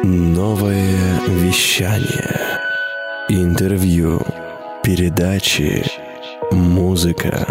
Новое вещание. Интервью. Передачи. Музыка.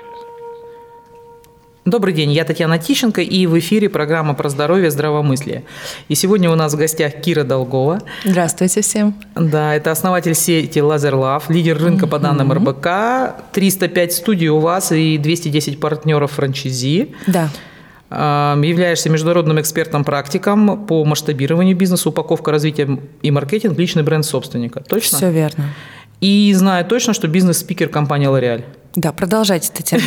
Добрый день, я Татьяна Тищенко, и в эфире программа про здоровье, здравомыслие. И сегодня у нас в гостях Кира Долгова. Здравствуйте всем. Да, это основатель сети LaserLove, лидер рынка по данным РБК, 305 студий у вас и 210 партнеров франчайзи. Да. Являешься международным экспертом-практиком по масштабированию бизнеса, упаковка, развитие и маркетинг, личный бренд собственника. Точно? Все верно. И знаю точно, что бизнес-спикер компании L'Oréal. Да, продолжайте, Татьяна.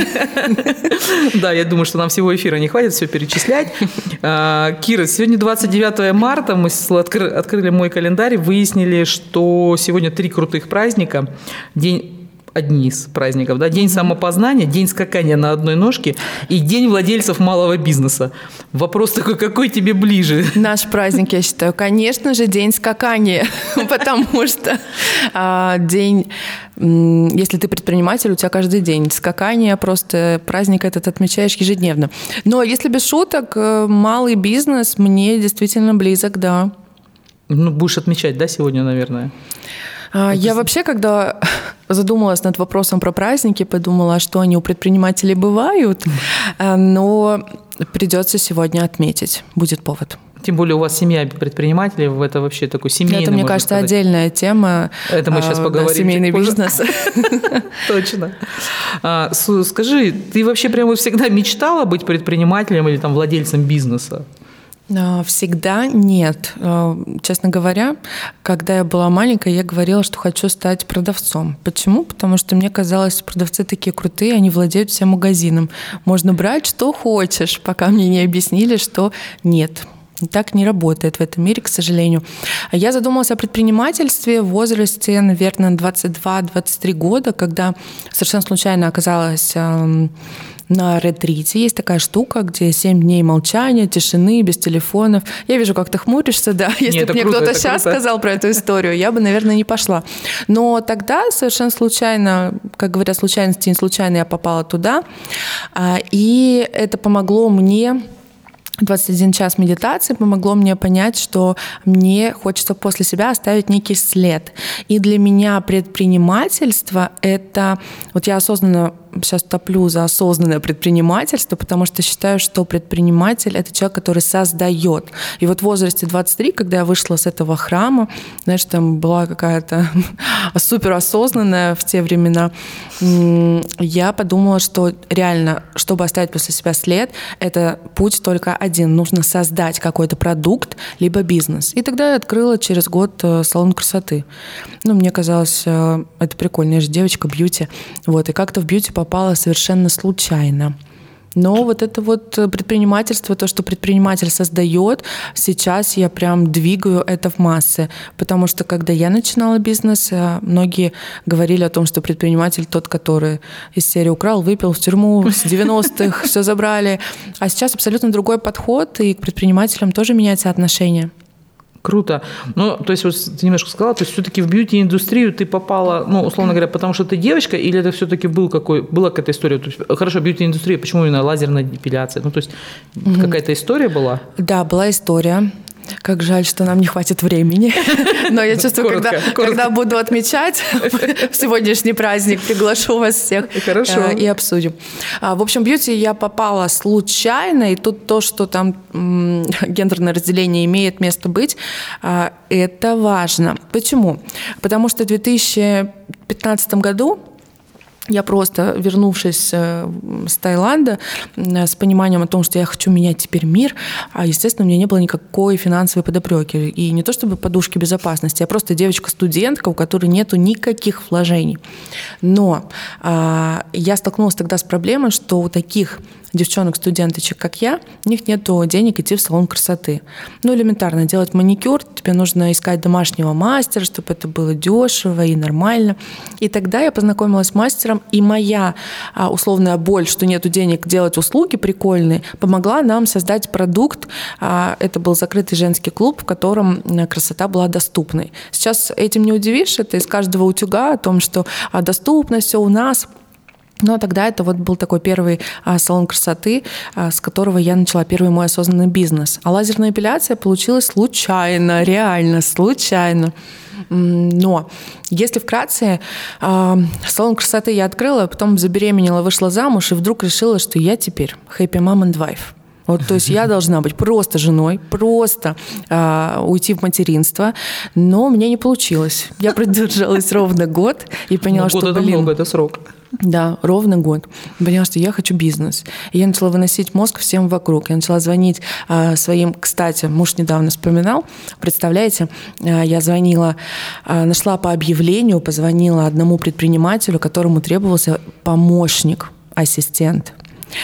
Да, я думаю, что нам всего эфира не хватит все перечислять. Кира, сегодня 29 марта, мы открыли мой календарь, выяснили, что сегодня 3 крутых праздника. Одни из праздников, да? День самопознания, день скакания на одной ножке и день владельцев малого бизнеса. Вопрос такой, какой тебе ближе? Наш праздник, я считаю, конечно же, день скакания, потому что день, если ты предприниматель, у тебя каждый день скакание, просто праздник этот отмечаешь ежедневно. Но если без шуток, малый бизнес мне действительно близок, да. Ну, будешь отмечать, да, сегодня, наверное? Я вообще, когда задумалась над вопросом про праздники, подумала, что они у предпринимателей бывают, но придется сегодня отметить, будет повод. Тем более у вас семья предпринимателей, это вообще такой семейный, это, мне кажется, сказать, отдельная тема. Это мы сейчас поговорим. Семейный бизнес. Точно. Скажи, ты вообще прямо всегда мечтала быть предпринимателем или там владельцем бизнеса? Всегда нет. Честно говоря, когда я была маленькая, я говорила, что хочу стать продавцом. Почему? Потому что мне казалось, продавцы такие крутые, они владеют всем магазином. Можно брать, что хочешь, пока мне не объяснили, что нет. Так не работает в этом мире, к сожалению. Я задумалась о предпринимательстве в возрасте, наверное, 22-23 года, когда совершенно случайно оказалась на ретрите. Есть такая штука, где 7 дней молчания, тишины, без телефонов. Я вижу, как ты хмуришься, да. Если бы мне кто-то сейчас сказал про эту историю, я бы, наверное, не пошла. Но тогда совершенно случайно, как говорят, случайности не случайно, я попала туда. И это помогло мне... 21 час медитации помогло мне понять, что мне хочется после себя оставить некий след. И для меня предпринимательство — это... Вот я осознанно сейчас топлю за осознанное предпринимательство, потому что считаю, что предприниматель — это человек, который создает. И вот в возрасте 23, когда я вышла с этого храма, знаешь, там была какая-то суперосознанная в те времена, я подумала, что реально, чтобы оставить после себя след, это путь только один. Нужно создать какой-то продукт, либо бизнес. И тогда я открыла через год салон красоты. Ну, мне казалось, это прикольно. Я же девочка, бьюти. Вот. И как-то в бьюти попала совершенно случайно. Но вот это вот предпринимательство, то, что предприниматель создает, сейчас я прям двигаю это в массы. Потому что когда я начинала бизнес, многие говорили о том, что предприниматель тот, который из серии украл, выпил в тюрьму с 90-х, все забрали. А сейчас абсолютно другой подход, и к предпринимателям тоже меняется отношение. Круто. Ну, то есть, вот ты немножко сказала, то есть, все-таки в бьюти-индустрию ты попала, ну, условно говоря, потому что ты девочка, или это все-таки была какая-то история? То есть, хорошо, бьюти-индустрия, почему именно лазерная депиляция? Ну, то есть, какая-то история была? Да, была история. Как жаль, что нам не хватит времени. Но я чувствую, когда буду отмечать сегодняшний праздник, приглашу вас всех и обсудим. В общем, бьюти я попала случайно, и тут то, что там гендерное разделение имеет место быть, это важно. Почему? Потому что в 2015 году я просто, вернувшись с Таиланда, с пониманием о том, что я хочу менять теперь мир, естественно, у меня не было никакой финансовой подоплеки. И не то чтобы подушки безопасности, я просто девочка-студентка, у которой нету никаких вложений. Но я столкнулась тогда с проблемой, что у таких девчонок-студенточек, как я, у них нет денег идти в салон красоты. Ну, элементарно, делать маникюр, тебе нужно искать домашнего мастера, чтобы это было дешево и нормально. И тогда я познакомилась с мастером, и моя условная боль, что нету денег делать услуги прикольные, помогла нам создать продукт. Это был закрытый женский клуб, в котором красота была доступной. Сейчас этим не удивишь, это из каждого утюга о том, что доступно все у нас. Но тогда это вот был такой первый салон красоты, с которого я начала первый мой осознанный бизнес. А лазерная эпиляция получилась случайно, реально случайно. Но если вкратце, салон красоты я открыла, потом забеременела, вышла замуж и вдруг решила, что я теперь happy mom and wife. Вот, то есть я должна быть просто женой, просто уйти в материнство, но мне не получилось. Я продержалась ровно год и поняла, что, год это много, это срок. Да, ровно год. Поняла, что я хочу бизнес. И я начала выносить мозг всем вокруг. Я начала звонить своим... Кстати, муж недавно вспоминал. Представляете, я звонила, нашла по объявлению, позвонила одному предпринимателю, которому требовался помощник, ассистент.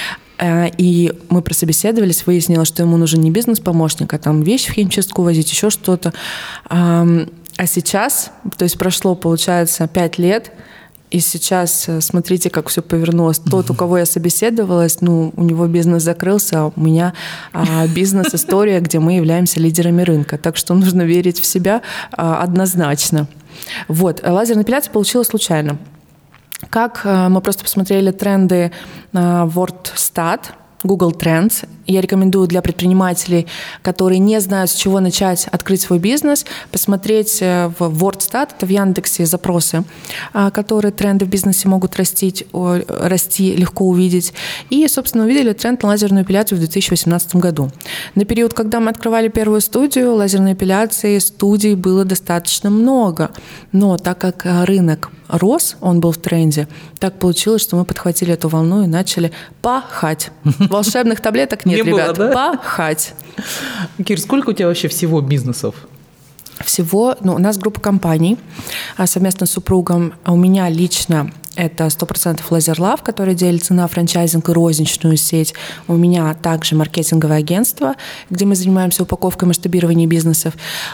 И мы прособеседовались, выяснилось, что ему нужен не бизнес-помощник, а там вещи в химчистку возить, еще что-то. А сейчас, то есть прошло, получается, 5 лет, и сейчас смотрите, как все повернулось. Тот, у кого я собеседовалась, у него бизнес закрылся, а у меня бизнес-история, где мы являемся лидерами рынка. Так что нужно верить в себя однозначно. Вот, лазерная эпиляция получилась случайно. Как мы просто посмотрели тренды WordStat, Google Trends. Я рекомендую для предпринимателей, которые не знают, с чего начать открыть свой бизнес, посмотреть в WordStat, это в Яндексе запросы, которые тренды в бизнесе могут расти, легко увидеть. И, собственно, увидели тренд на лазерную эпиляцию в 2018 году. На период, когда мы открывали первую студию лазерной эпиляции, студий было достаточно много. Но так как рынок рос, он был в тренде, так получилось, что мы подхватили эту волну и начали пахать. Волшебных таблеток нет, ребят. Было, да? Пахать. Кир, сколько у тебя вообще всего бизнесов? Всего, у нас группа компаний совместно с супругом. У меня лично это 100% Laser Love, который делится на франчайзинг и розничную сеть. У меня также маркетинговое агентство, где мы занимаемся упаковкой и масштабированием бизнесов.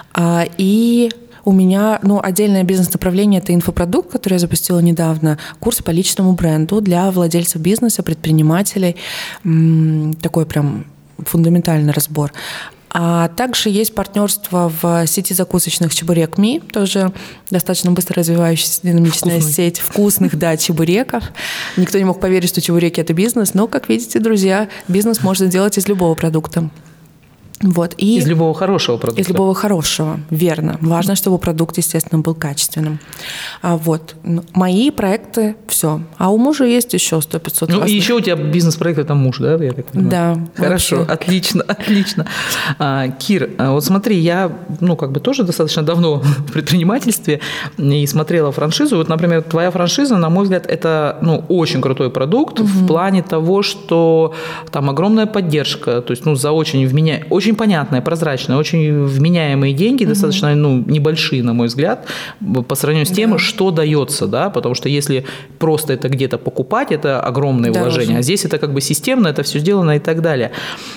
И у меня отдельное бизнес-направление – это инфопродукт, который я запустила недавно, курс по личному бренду для владельцев бизнеса, предпринимателей. Такой прям фундаментальный разбор. А также есть партнерство в сети закусочных «Чебурек Ми», тоже достаточно быстро развивающаяся динамичная сеть вкусных, чебуреков. Никто не мог поверить, что чебуреки – это бизнес, но, как видите, друзья, бизнес можно делать из любого продукта. Вот. И из любого хорошего продукта. Из любого хорошего, верно. Важно, чтобы продукт, естественно, был качественным. Вот. Мои проекты – все. А у мужа есть еще 100-500 разных. И еще у тебя бизнес-проект – это муж, да? Я так понимаю? Да. Хорошо, вообще. Отлично. Кир, вот смотри, я тоже достаточно давно в предпринимательстве и смотрела франшизу. Вот, например, твоя франшиза, на мой взгляд, это очень крутой продукт в плане того, что там огромная поддержка, то есть за очень понятные, прозрачные, очень вменяемые деньги, достаточно небольшие, на мой взгляд, по сравнению с тем, что дается, да, потому что если просто это где-то покупать, это огромные вложения, а здесь это как бы системно, это все сделано и так далее.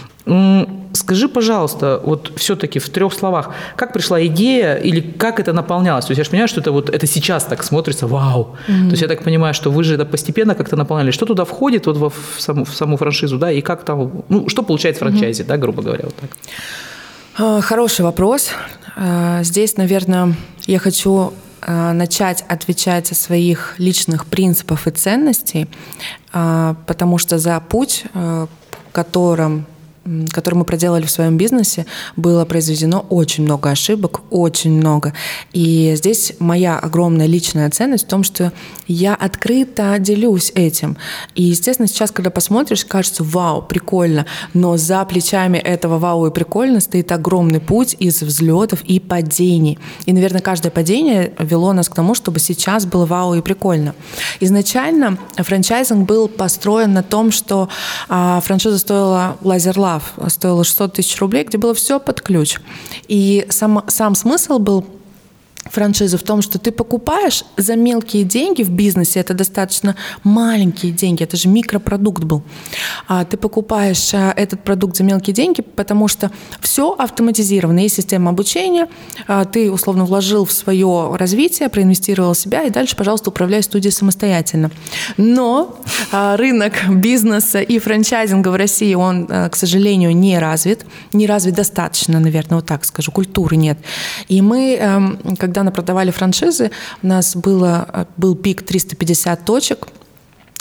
Скажи, пожалуйста, вот все-таки в 3 словах, как пришла идея или как это наполнялось? То есть я же понимаю, что это сейчас так смотрится, вау. То есть я так понимаю, что вы же это постепенно как-то наполняли. Что туда входит в саму франшизу, да, и как там, что получает франчайзи, да, грубо говоря, вот так? Хороший вопрос. Здесь, наверное, я хочу начать отвечать о своих личных принципах и ценностей, потому что за путь, который мы проделали в своем бизнесе, было произведено очень много ошибок, очень много. И здесь моя огромная личная ценность в том, что я открыто делюсь этим. И, естественно, сейчас, когда посмотришь, кажется, вау, прикольно, но за плечами этого вау и прикольно стоит огромный путь из взлетов и падений. И, наверное, каждое падение вело нас к тому, чтобы сейчас было вау и прикольно. Изначально франчайзинг был построен на том, что франшиза стоила Laser Love, стоило 600 тысяч рублей, где было все под ключ. И сам смысл был франшизы в том, что ты покупаешь за мелкие деньги в бизнесе, это достаточно маленькие деньги, это же микропродукт был. Ты покупаешь этот продукт за мелкие деньги, потому что все автоматизировано, есть система обучения, ты условно вложил в свое развитие, проинвестировал в себя, и дальше, пожалуйста, управляй студией самостоятельно. Но рынок бизнеса и франчайзинга в России, он, к сожалению, не развит достаточно, наверное, вот так скажу, культуры нет. И мы, когда продавали франшизы, у нас был пик 350 точек,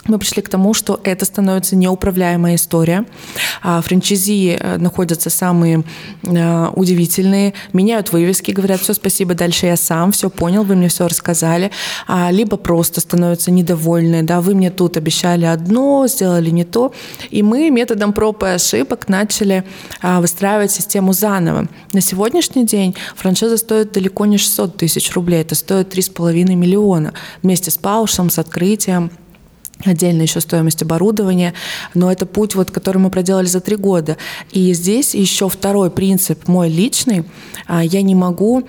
мы пришли к тому, что это становится неуправляемая история. Франчайзи находятся самые удивительные, меняют вывески, говорят: все, спасибо, дальше я сам, все понял, вы мне все рассказали. Либо просто становятся недовольны, да, вы мне тут обещали одно, сделали не то. И мы методом проб и ошибок начали выстраивать систему заново. На сегодняшний день франшиза стоит далеко не 600 тысяч рублей, это стоит 3,5 миллиона вместе с паушем, с открытием. Отдельно еще стоимость оборудования, но это путь, который мы проделали за 3 года. И здесь еще второй принцип мой личный. Я не могу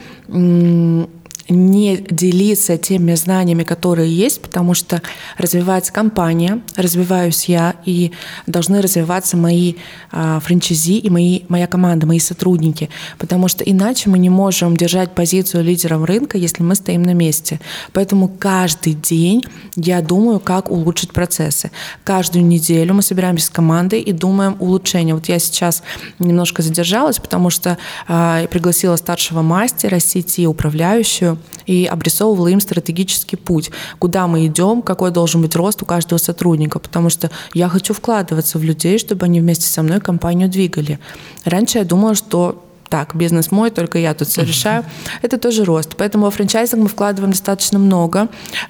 не делиться теми знаниями, которые есть, потому что развивается компания, развиваюсь я, и должны развиваться мои франчайзи и моя команда, мои сотрудники, потому что иначе мы не можем держать позицию лидером рынка, если мы стоим на месте. Поэтому каждый день я думаю, как улучшить процессы. Каждую неделю мы собираемся с командой и думаем улучшения. Я сейчас немножко задержалась, потому что пригласила старшего мастера, сети, управляющую, и обрисовывала им стратегический путь, куда мы идем, какой должен быть рост у каждого сотрудника, потому что я хочу вкладываться в людей, чтобы они вместе со мной компанию двигали. Раньше я думала, что так, бизнес мой, только я тут все решаю. Это тоже рост. Поэтому во франчайзинг мы вкладываем достаточно много.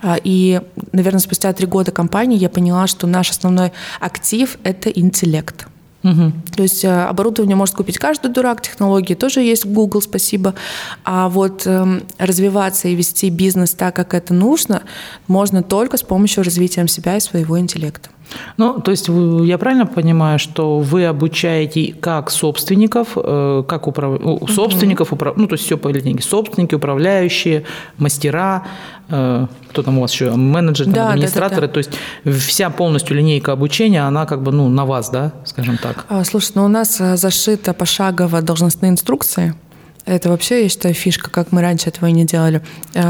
И, наверное, спустя 3 года компании я поняла, что наш основной актив – это интеллект. Угу. То есть оборудование может купить каждый дурак, технологии тоже есть в Google, спасибо. А развиваться и вести бизнес так, как это нужно, можно только с помощью развития себя и своего интеллекта. То есть я правильно понимаю, что вы обучаете как собственников, собственников, то есть все по линейке, собственники, управляющие, мастера, кто там у вас еще, менеджеры, администраторы, да. То есть вся полностью линейка обучения, она на вас, да, скажем так? Слушай, у нас зашита пошагово должностные инструкции. Это вообще, я считаю, фишка, как мы раньше этого и не делали.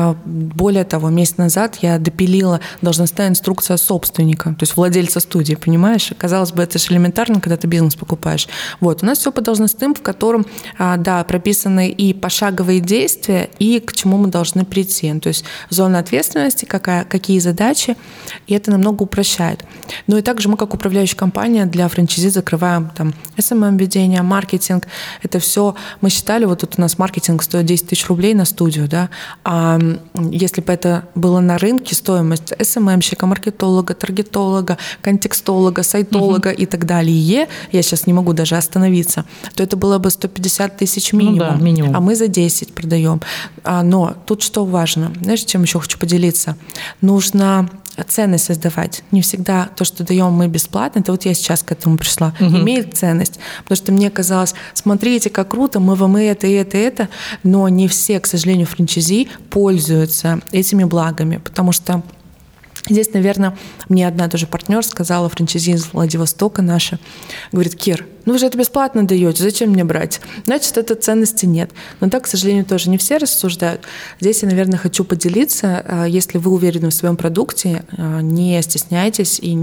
Более того, месяц назад я допилила должностная инструкция собственника, то есть владельца студии, понимаешь? Казалось бы, это же элементарно, когда ты бизнес покупаешь. У нас все по должностным, в котором, прописаны и пошаговые действия, и к чему мы должны прийти. То есть зона ответственности, какие задачи, и это намного упрощает. И также мы, как управляющая компания, для франчайзи закрываем SMM-ведение, маркетинг. Это все мы считали, тут у нас маркетинг стоит 10 тысяч рублей на студию, да, а если бы это было на рынке, стоимость SMM-щика, маркетолога, таргетолога, контекстолога, сайтолога и так далее, я сейчас не могу даже остановиться, то это было бы 150 тысяч минимум, минимум. А мы за 10 продаем. Но тут что важно, знаешь, чем еще хочу поделиться? Нужно ценность создавать. Не всегда то, что даем мы бесплатно, это я сейчас к этому пришла, имеет ценность. Потому что мне казалось, смотрите, как круто, мы вам и это, но не все, к сожалению, франчайзи пользуются этими благами, потому что здесь, наверное, мне одна тоже партнер сказала, франчайзи из Владивостока наша, говорит: Кир, вы же это бесплатно даете, зачем мне брать? Значит, этой ценности нет. Но так, к сожалению, тоже не все рассуждают. Здесь я, наверное, хочу поделиться. Если вы уверены в своем продукте, не стесняйтесь и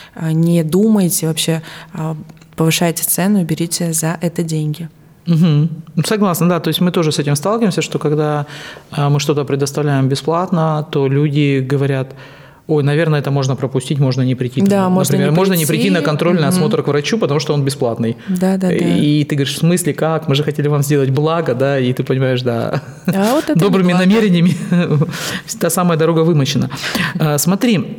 не думайте вообще, повышайте цену и берите за это деньги. Угу. Согласна, да. То есть мы тоже с этим сталкиваемся, что когда мы что-то предоставляем бесплатно, то люди говорят: ой, наверное, это можно пропустить, можно не прийти. Да, например, можно не прийти на контрольный осмотр к врачу, потому что он бесплатный. Да. И ты говоришь: в смысле, как? Мы же хотели вам сделать благо, да, и ты понимаешь, да, добрыми намерениями та самая дорога вымощена. Смотри,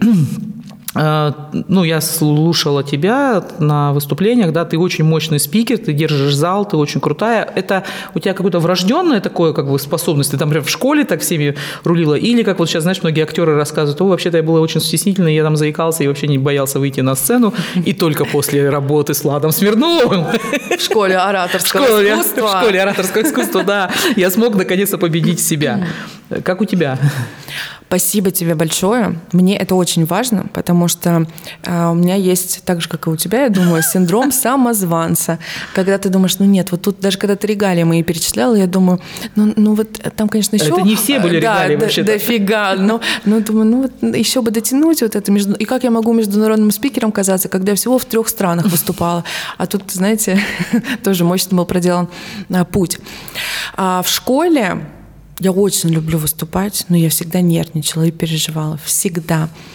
я слушала тебя на выступлениях, да, ты очень мощный спикер, ты держишь зал, ты очень крутая. Это у тебя какое-то врожденное такое, способность? Ты там прям в школе так всеми рулила? Или, как сейчас, знаешь, многие актеры рассказывают: вообще-то я была очень стеснительной, я там заикался и вообще не боялся выйти на сцену, и только после работы с Владом Смирновым в школе ораторского искусства. В школе ораторского искусства, да, я смог наконец-то победить себя. Как у тебя? Спасибо тебе большое. Мне это очень важно, потому что у меня есть, так же, как и у тебя, я думаю, синдром самозванца. Когда ты думаешь, нет, тут даже когда ты регалии мои перечисляла, я думаю, там, конечно, еще... Это не все были регалии вообще-то. Дофига. Но думаю, еще бы дотянуть это. И как я могу международным спикером казаться, когда я всего в 3 странах выступала. А тут, знаете, тоже мощно был проделан путь. В школе я очень люблю выступать, но я всегда нервничала и переживала. Всегда.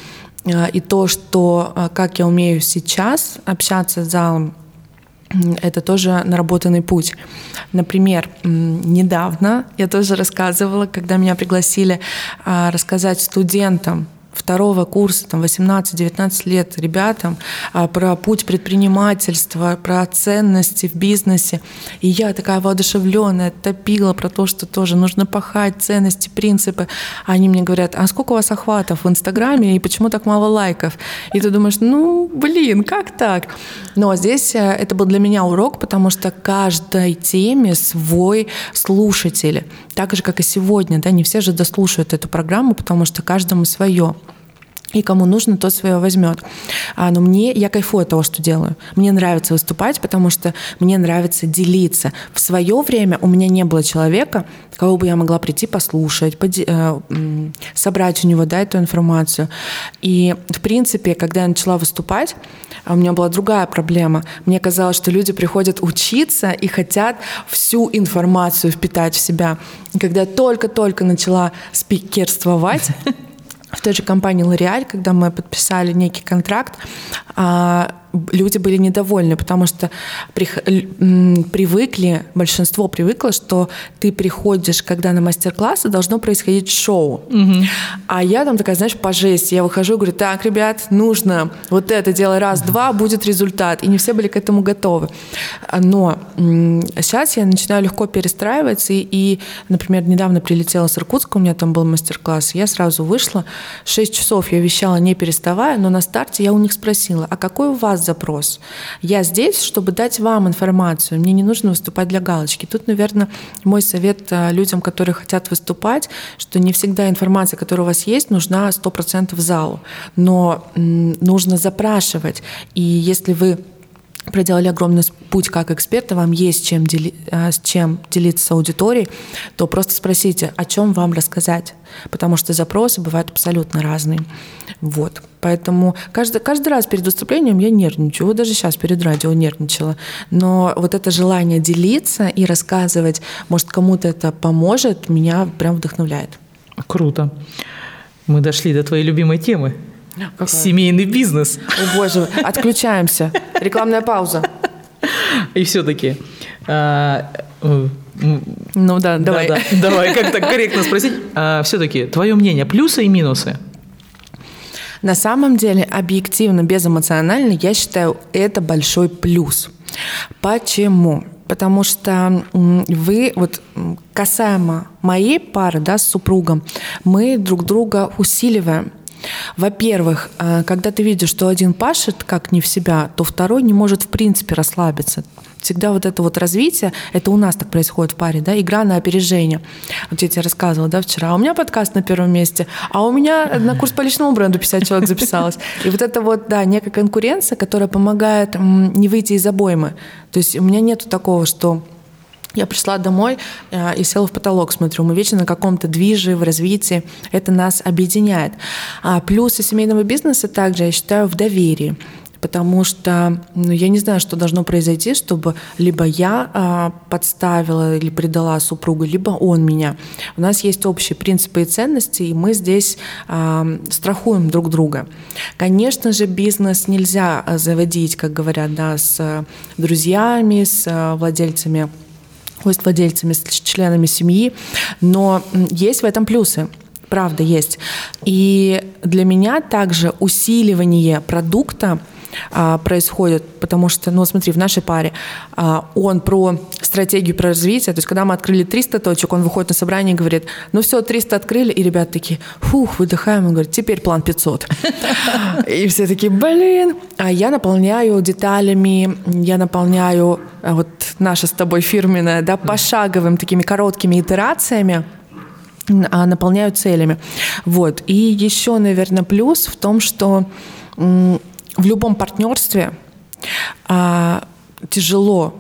и то, что как я умею сейчас общаться с залом, это тоже наработанный путь. Например, недавно я тоже рассказывала, когда меня пригласили рассказать студентам второго курса, 18-19 лет ребятам, про путь предпринимательства, про ценности в бизнесе. И я такая воодушевленная, топила про то, что тоже нужно пахать, ценности, принципы. А они мне говорят: а сколько у вас охватов в Инстаграме и почему так мало лайков? И ты думаешь, как так? Но здесь это был для меня урок, потому что каждой теме свой слушатель. Так же, как и сегодня. Да, не все же дослушают эту программу, потому что каждому свое. И кому нужно, тот свое возьмет. Но я кайфую от того, что делаю. Мне нравится выступать, потому что мне нравится делиться. В свое время у меня не было человека, кого бы я могла прийти послушать, собрать у него, эту информацию. И, в принципе, когда я начала выступать, у меня была другая проблема. Мне казалось, что люди приходят учиться и хотят всю информацию впитать в себя. И когда я только-только начала спикерствовать, в той же компании L'Oréal, когда мы подписали некий контракт, люди были недовольны, потому что большинство привыкло, что ты приходишь, когда на мастер-классы должно происходить шоу. Угу. А я там такая, по жести. Я выхожу и говорю: так, ребят, нужно вот это делай раз-два, будет результат. И не все были к этому готовы. Но сейчас я начинаю легко перестраиваться. И, например, недавно прилетела с Иркутска, у меня там был мастер-класс, я сразу вышла, 6 часов я вещала, не переставая, но на старте я у них спросила: а какой у вас запрос? Я здесь, чтобы дать вам информацию. Мне не нужно выступать для галочки. Тут, наверное, мой совет людям, которые хотят выступать, что не всегда информация, которая у вас есть, нужна 100% залу. Но нужно запрашивать. И если вы проделали огромный путь как эксперта, вам есть с чем делиться с аудиторией, то просто спросите, о чем вам рассказать, потому что запросы бывают абсолютно разные. Вот. Поэтому каждый раз перед выступлением я нервничаю. Вот даже сейчас перед радио нервничала. Но вот это желание делиться и рассказывать, может, кому-то это поможет, меня прям вдохновляет. Круто. Мы дошли до твоей любимой темы. Какая? Семейный бизнес. О, боже, отключаемся. Рекламная пауза. И все-таки... давай. Давай, как так корректно спросить. Все-таки твое мнение, плюсы и минусы? На самом деле, объективно, безэмоционально, я считаю, это большой плюс. Почему? Потому что вы, касаемо моей пары, с супругом, мы друг друга усиливаем. Во-первых, когда ты видишь, что один пашет как не в себя, то второй не может в принципе расслабиться. Всегда это развитие, это у нас так происходит в паре, игра на опережение. Вот я тебе рассказывала, вчера, а у меня подкаст на первом месте, а у меня на курс по личному бренду 50 человек записалось. И некая конкуренция, которая помогает не выйти из обоймы. То есть у меня нету такого, что я пришла домой и села в потолок, смотрю. Мы вечно на каком-то движе, в развитии. Это нас объединяет. Плюсы семейного бизнеса также, я считаю, в доверии. Потому что я не знаю, что должно произойти, чтобы либо я подставила или предала супругу, либо он меня. У нас есть общие принципы и ценности, и мы здесь страхуем друг друга. Конечно же, бизнес нельзя заводить, как говорят, с друзьями, с владельцами, с членами семьи, но есть в этом плюсы. Правда, есть. И для меня также усиливание продукта происходит, потому что, смотри, в нашей паре он про стратегию, про развитие, то есть когда мы открыли 300 точек, он выходит на собрание и говорит: все, 300 открыли, и ребята такие: выдыхаем, он говорит: теперь план 500. И все такие: блин. А я наполняю деталями, я наполняю наша с тобой фирменная, пошаговыми такими короткими итерациями, наполняю целями. И еще, наверное, плюс в том, что в любом партнерстве тяжело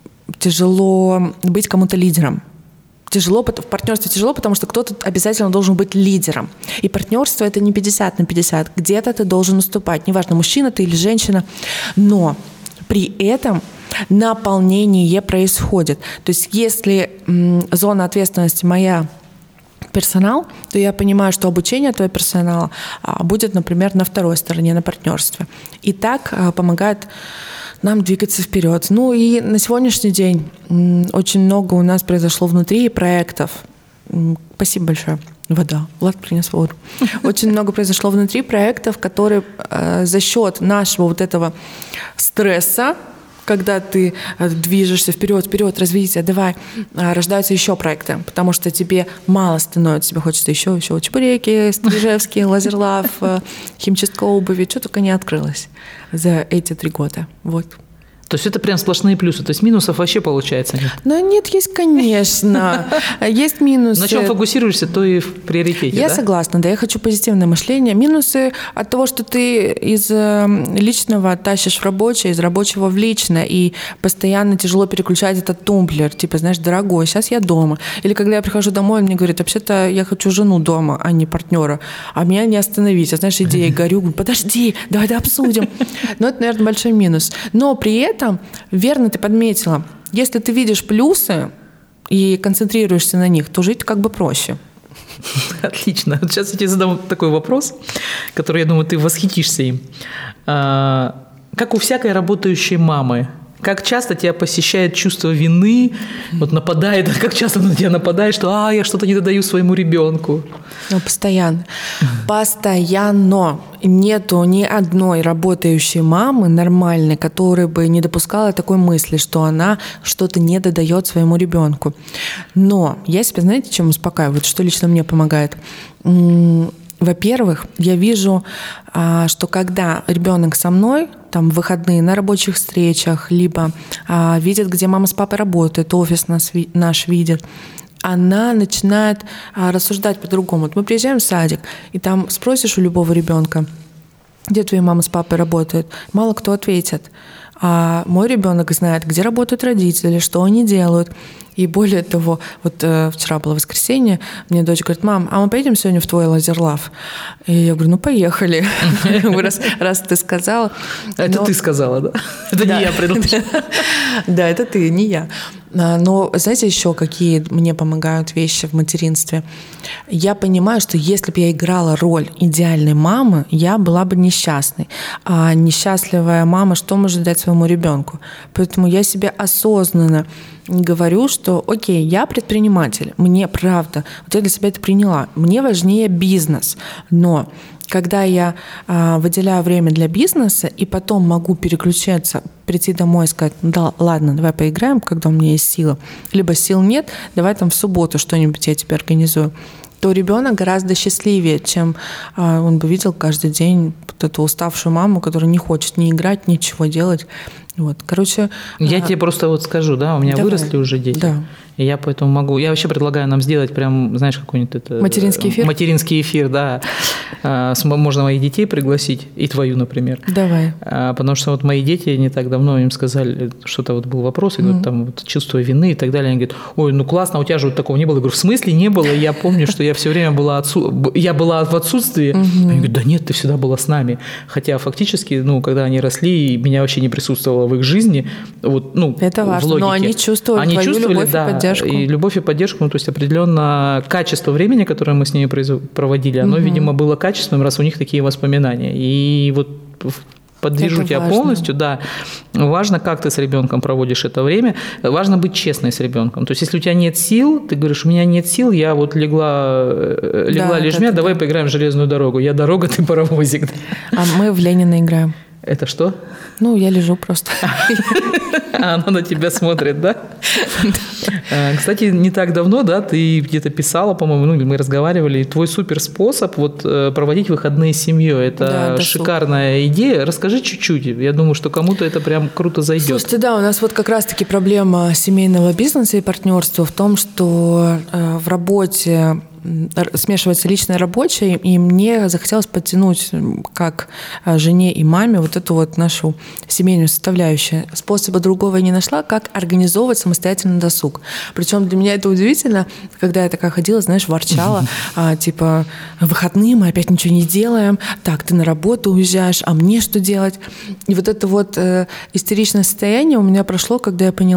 быть кому-то лидером. В партнерстве тяжело, потому что кто-то обязательно должен быть лидером. И партнерство — это не 50 на 50. Где-то ты должен уступать. Неважно, мужчина ты или женщина. Но при этом наполнение происходит. То есть если зона ответственности моя персонал, то я понимаю, что обучение этого персонала будет, например, на второй стороне, на партнерстве. И так помогает нам двигаться вперед. Ну и на сегодняшний день очень много у нас произошло внутри проектов. Спасибо большое. Вода. Влад принес воду. Очень много произошло внутри проектов, которые за счет нашего вот этого стресса, когда ты движешься вперед, развитие, давай, рождаются еще проекты, потому что тебе мало становится, тебе хочется еще Чебуреки, Стрижевский, Лазерлав, химчистка обуви, что только не открылось за эти 3 года. Вот. То есть это прям сплошные плюсы, то есть минусов вообще получается нет? Ну нет, есть, конечно. Есть минусы. На чем фокусируешься, то и в приоритете, Я согласна, да, я хочу позитивное мышление. Минусы от того, что ты из личного тащишь в рабочее, из рабочего в личное, и постоянно тяжело переключать этот тумблер. Типа, знаешь, дорогой, сейчас я дома. Или когда я прихожу домой, он мне говорит, вообще-то я хочу жену дома, а не партнера. А меня не остановить. А знаешь, идея горю, говорю, подожди, давай обсудим. Но это, наверное, большой минус. Но при этом, верно ты подметила, если ты видишь плюсы и концентрируешься на них, то жить как бы проще. Отлично. Сейчас я тебе задам такой вопрос, который, я думаю, ты восхитишься им. Как у всякой работающей мамы, как часто тебя посещает чувство вины, вот нападает, как часто на тебя нападает, что я что-то не додаю своему ребенку? Ну, постоянно. Постоянно. Нету ни одной работающей мамы нормальной, которая бы не допускала такой мысли, что она что-то не додает своему ребенку. Но я себя, знаете, чем успокаиваю? Что лично мне помогает? Во-первых, я вижу, что когда ребенок со мной, там, в выходные на рабочих встречах, либо видит, где мама с папой работают, офис наш видит, она начинает рассуждать по-другому. Вот мы приезжаем в садик, и там спросишь у любого ребенка, где твоя мама с папой работают, мало кто ответит. А мой ребенок знает, где работают родители, что они делают. И более того, вот вчера было воскресенье, мне дочь говорит, мам, а мы поедем сегодня в твой Лазерлав? И я говорю, ну поехали, раз ты сказала. Это ты сказала, да? Это не я предложила. Да, это ты, не я. Но знаете еще, какие мне помогают вещи в материнстве? Я понимаю, что если бы я играла роль идеальной мамы, я была бы несчастной. А несчастливая мама что может дать своему ребенку? Поэтому я себе осознанно говорю, что окей, я предприниматель, мне правда, вот я для себя это приняла, мне важнее бизнес, но когда я выделяю время для бизнеса и потом могу переключаться, прийти домой и сказать, да ладно, давай поиграем, когда у меня есть сила, либо сил нет, давай там в субботу что-нибудь я тебе организую, то ребенок гораздо счастливее, чем он бы видел каждый день вот эту уставшую маму, которая не хочет ни играть, ничего делать. Вот, короче... Я тебе просто вот скажу, да, у меня выросли уже дети. Да. И я поэтому могу... Я вообще предлагаю нам сделать прям, знаешь, какой-нибудь... Материнский эфир? Материнский эфир, да. Можно моих детей пригласить, и твою, например. Давай. Потому что вот мои дети не так давно им сказали, что-то вот был вопрос, и говорят, там вот чувство вины и так далее. Они говорят, ой, ну классно, у тебя же вот такого не было. Я говорю, в смысле не было? И я помню, что я все время была в отсутствии. Они говорят, да нет, ты всегда была с нами. Хотя фактически, ну, когда они росли, меня вообще не присутствовало в их жизни. Вот, ну, это важно, в логике. Но они чувствовали твою любовь и поддержку. И любовь и поддержку, ну, то есть определенно качество времени, которое мы с ними проводили, оно, видимо, было качественным, раз у них такие воспоминания. И вот поддержу тебя полностью, да. Важно, как ты с ребенком проводишь это время. Важно быть честной с ребенком. То есть, если у тебя нет сил, ты говоришь, у меня нет сил, я вот легла лежмя, давай поиграем в железную дорогу. Я дорога, ты паровозик. А мы в Ленина играем. Это что? Ну, я лежу просто. Она на тебя смотрит, да? Кстати, не так давно, да, ты где-то писала, по-моему, ну, мы разговаривали, твой суперспособ вот проводить выходные с семьей. Это шикарная идея. Расскажи чуть-чуть. Я думаю, что кому-то это прям круто зайдет. Слушайте, да, у нас вот как раз-таки проблема семейного бизнеса и партнерства в том, что в работе смешивается личное и рабочее, и мне захотелось подтянуть как жене и маме вот эту вот нашу семейную составляющую. Способа другого я не нашла, как организовывать самостоятельно досуг. Причем для меня это удивительно, когда я такая ходила, знаешь, ворчала, типа, выходные мы опять ничего не делаем, так, ты на работу уезжаешь, а мне что делать? И вот это вот истеричное состояние у меня прошло, когда я поняла,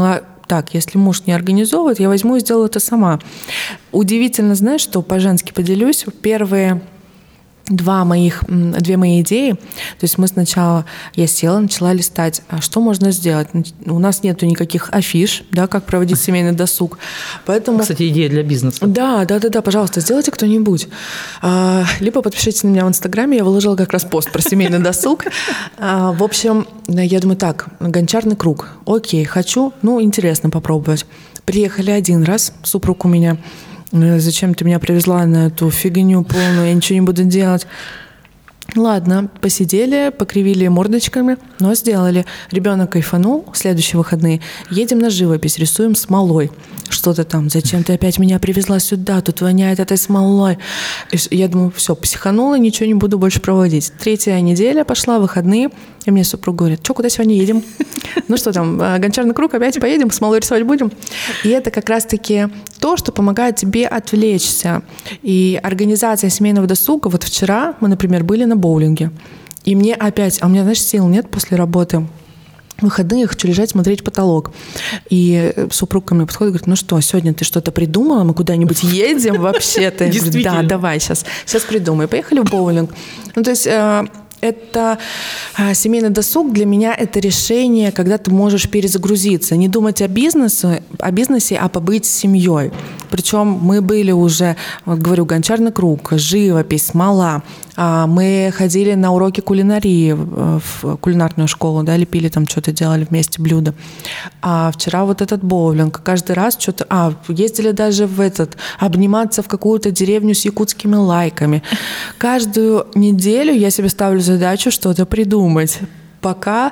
так, если муж не организовывает, я возьму и сделаю это сама. Удивительно, знаешь, что по-женски поделюсь, первые две мои идеи. То есть я села, начала листать, а что можно сделать. У нас нету никаких афиш, да, как проводить семейный досуг. Поэтому... Кстати, идея для бизнеса. Да, пожалуйста, сделайте кто-нибудь. Либо подпишитесь на меня в Инстаграме, я выложила как раз пост про семейный досуг. В общем, я думаю, так, гончарный круг. Окей, хочу, интересно попробовать. Приехали один раз, супруг у меня... Зачем ты меня привезла на эту фигню полную, я ничего не буду делать. Ладно, посидели, покривили мордочками, но сделали. Ребенок кайфанул, следующие выходные. Едем на живопись, рисуем смолой. Что-то там, зачем ты опять меня привезла сюда, тут воняет этой смолой. И я думаю, все, психанула, ничего не буду больше проводить. 3-я неделя пошла, выходные, и мне супруг говорит, что, куда сегодня едем? Ну что там, гончарный круг, опять поедем, смолой рисовать будем? И это как раз-таки то, что помогает тебе отвлечься. И организация семейного досуга, вот вчера мы, например, были на боулинге. И мне опять, у меня, знаешь, сил нет после работы. В выходные я хочу лежать, смотреть потолок. И супруг ко мне подходит и говорит, ну что, сегодня ты что-то придумала? Мы куда-нибудь едем вообще-то? Я говорю, да, давай, сейчас придумаю. Поехали в боулинг. Ну, то есть... Это семейный досуг для меня это решение, когда ты можешь перезагрузиться, не думать о бизнесе, а побыть с семьей. Причем мы были уже, вот говорю, гончарный круг, живопись, смола. Мы ходили на уроки кулинарии в кулинарную школу, да, лепили там что-то, делали вместе блюда. А вчера вот этот боулинг, каждый раз что-то... ездили даже обниматься в какую-то деревню с якутскими лайками. Каждую неделю я себе ставлю задачу что-то придумать, пока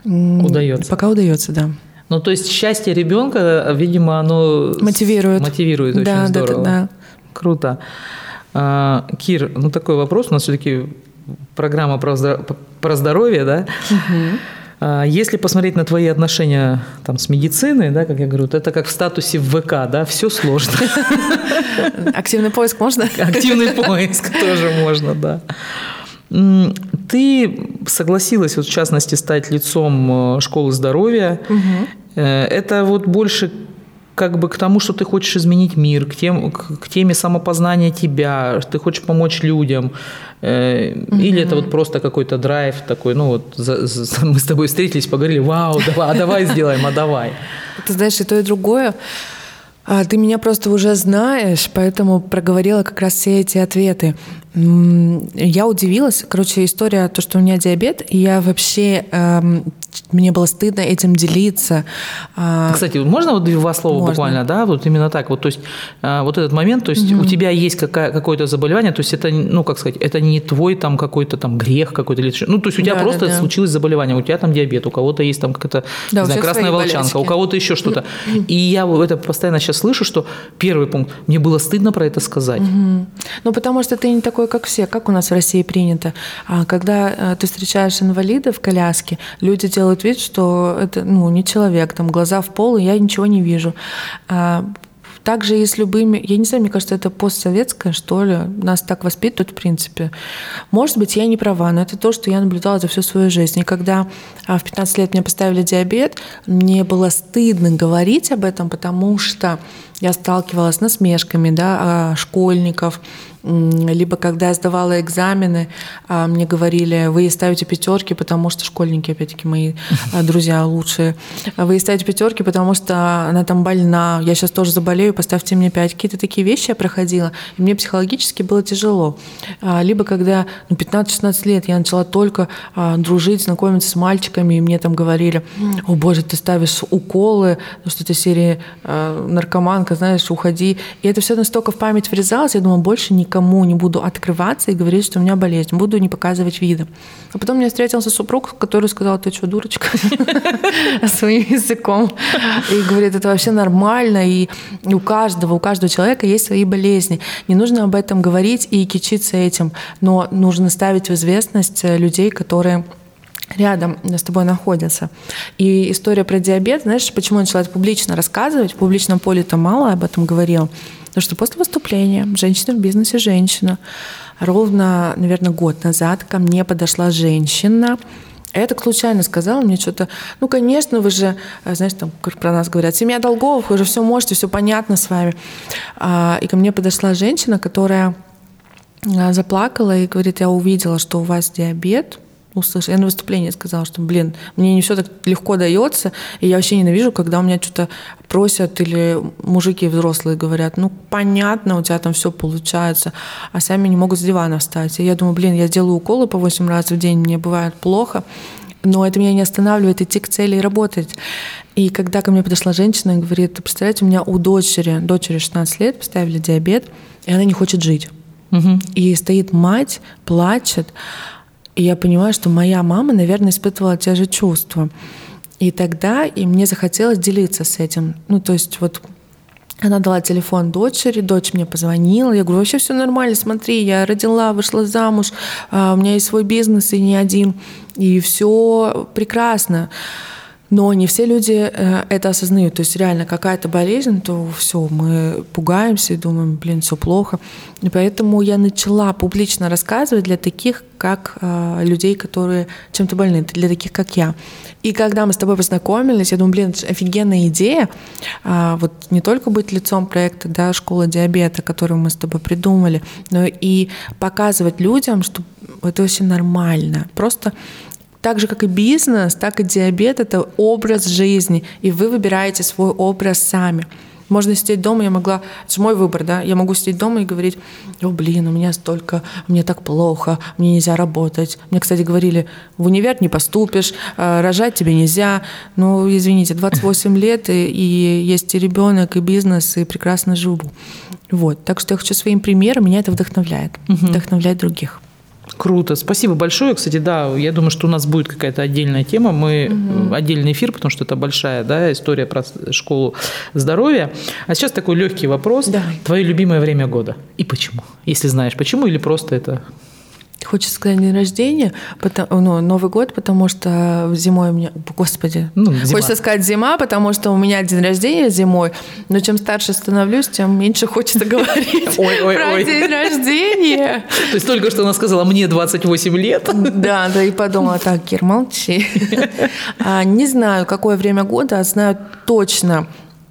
удается, да. Ну, то есть счастье ребенка, видимо, оно мотивирует очень здорово. Да. Круто. Кир, такой вопрос, у нас все-таки программа про здоровье, да? Угу. Если посмотреть на твои отношения там, с медициной, да, как я говорю, это как в статусе в ВК, да, все сложно. Активный поиск можно? Активный поиск тоже можно, да. Ты согласилась, вот, в частности, стать лицом школы здоровья. Угу. Это вот больше как бы к тому, что ты хочешь изменить мир, к теме самопознания тебя, ты хочешь помочь людям, или это вот просто какой-то драйв такой, мы с тобой встретились, поговорили, вау, давай сделаем, давай. Ты знаешь, и то, и другое. Ты меня просто уже знаешь, поэтому проговорила как раз все эти ответы. Я удивилась. История, то, что у меня диабет, и я вообще... Мне было стыдно этим делиться. Кстати, можно вот 2 слова можно. Буквально, да? Вот именно так. Вот, то есть, вот этот момент, то есть у тебя есть какое-то заболевание, то есть это, это не твой там какой-то там грех какой-то. То есть у тебя просто случилось заболевание, у тебя там диабет, у кого-то есть там какая-то, красная волчанка, у кого-то еще что-то. И я это постоянно сейчас слышу, что первый пункт, мне было стыдно про это сказать. Потому что ты не такой, как все, как у нас в России принято. Когда ты встречаешь инвалида в коляске, люди делают вид, что это не человек, там глаза в пол, и я ничего не вижу. Также и с любыми... Я не знаю, мне кажется, это постсоветское, что ли. Нас так воспитывают, в принципе. Может быть, я не права, но это то, что я наблюдала за всю свою жизнь. И когда в 15 лет мне поставили диабет, мне было стыдно говорить об этом, потому что я сталкивалась с насмешками, да, школьников, либо когда я сдавала экзамены, мне говорили, вы ставите 5, потому что школьники, опять-таки, мои друзья лучшие, вы ставите 5, потому что она там больна, я сейчас тоже заболею, поставьте мне 5. Какие-то такие вещи я проходила, и мне психологически было тяжело. Либо когда 15-16 лет я начала только дружить, знакомиться с мальчиками, и мне там говорили, о боже, ты ставишь уколы, что ты серии наркоманка, знаешь, уходи. И это все настолько в память врезалось, я думала, больше никому не буду открываться и говорить, что у меня болезнь, буду не показывать вида. А потом мне встретился супруг, который сказал, ты что, дурочка? Своим языком. И говорит, это вообще нормально, и у каждого человека есть свои болезни. Не нужно об этом говорить и кичиться этим, но нужно ставить в известность людей, которые рядом с тобой находятся. И история про диабет, знаешь, почему я начала это публично рассказывать? В публичном поле-то мало об этом говорил. Потому что после выступления «Женщина в бизнесе. Женщина» ровно, наверное, год назад ко мне подошла женщина, А я так случайно сказала мне что-то, ну, конечно, вы же, знаешь, там как про нас говорят, семья долгов, вы же все можете, все понятно с вами. И ко мне подошла женщина, которая заплакала и говорит, я увидела, что у вас диабет. Я на выступлении сказала, что, мне не все так легко дается, и я вообще ненавижу, когда у меня что-то просят или мужики взрослые говорят, ну, понятно, у тебя там все получается, а сами не могут с дивана встать. И я думаю, я делаю уколы по 8 раз в день, мне бывает плохо, но это меня не останавливает идти к цели и работать. И когда ко мне подошла женщина и говорит, представляете, у меня у дочери 16 лет, поставили диабет, и она не хочет жить. Угу. И стоит мать, плачет, и я понимаю, что моя мама, наверное, испытывала те же чувства. И тогда мне захотелось делиться с этим. Ну, то есть вот она дала телефон дочери, дочь мне позвонила. Я говорю, вообще все нормально, смотри, я родила, вышла замуж, у меня есть свой бизнес и не один, и все прекрасно. Но не все люди это осознают. То есть реально какая-то болезнь, то все, мы пугаемся и думаем, все плохо. И поэтому я начала публично рассказывать для таких, как людей, которые чем-то больны, для таких, как я. И когда мы с тобой познакомились, я думаю, это офигенная идея. Вот не только быть лицом проекта, да, «Школа диабета», которую мы с тобой придумали, но и показывать людям, что это вообще нормально. Просто так же, как и бизнес, так и диабет – это образ жизни, и вы выбираете свой образ сами. Можно сидеть дома, это же мой выбор, да, я могу сидеть дома и говорить, мне так плохо, мне нельзя работать. Мне, кстати, говорили, в универ не поступишь, рожать тебе нельзя. Ну, извините, 28 лет, и есть и ребенок, и бизнес, и прекрасно живу. Вот, так что я хочу своим примером, меня это вдохновляет, вдохновляет других. Круто, спасибо большое. Кстати, да, я думаю, что у нас будет какая-то отдельная тема, отдельный эфир, потому что это большая, да, история про школу здоровья. А сейчас такой легкий вопрос. Да. Твое любимое время года и почему? Если знаешь, почему или просто это... Хочется сказать день рождения, Новый год, потому что зимой у меня... Господи. Хочется сказать зима, потому что у меня день рождения зимой, но чем старше становлюсь, тем меньше хочется говорить про день рождения. То есть только что она сказала, мне 28 лет. Да, и подумала, так, Кир, молчи. Не знаю, какое время года, а знаю точно,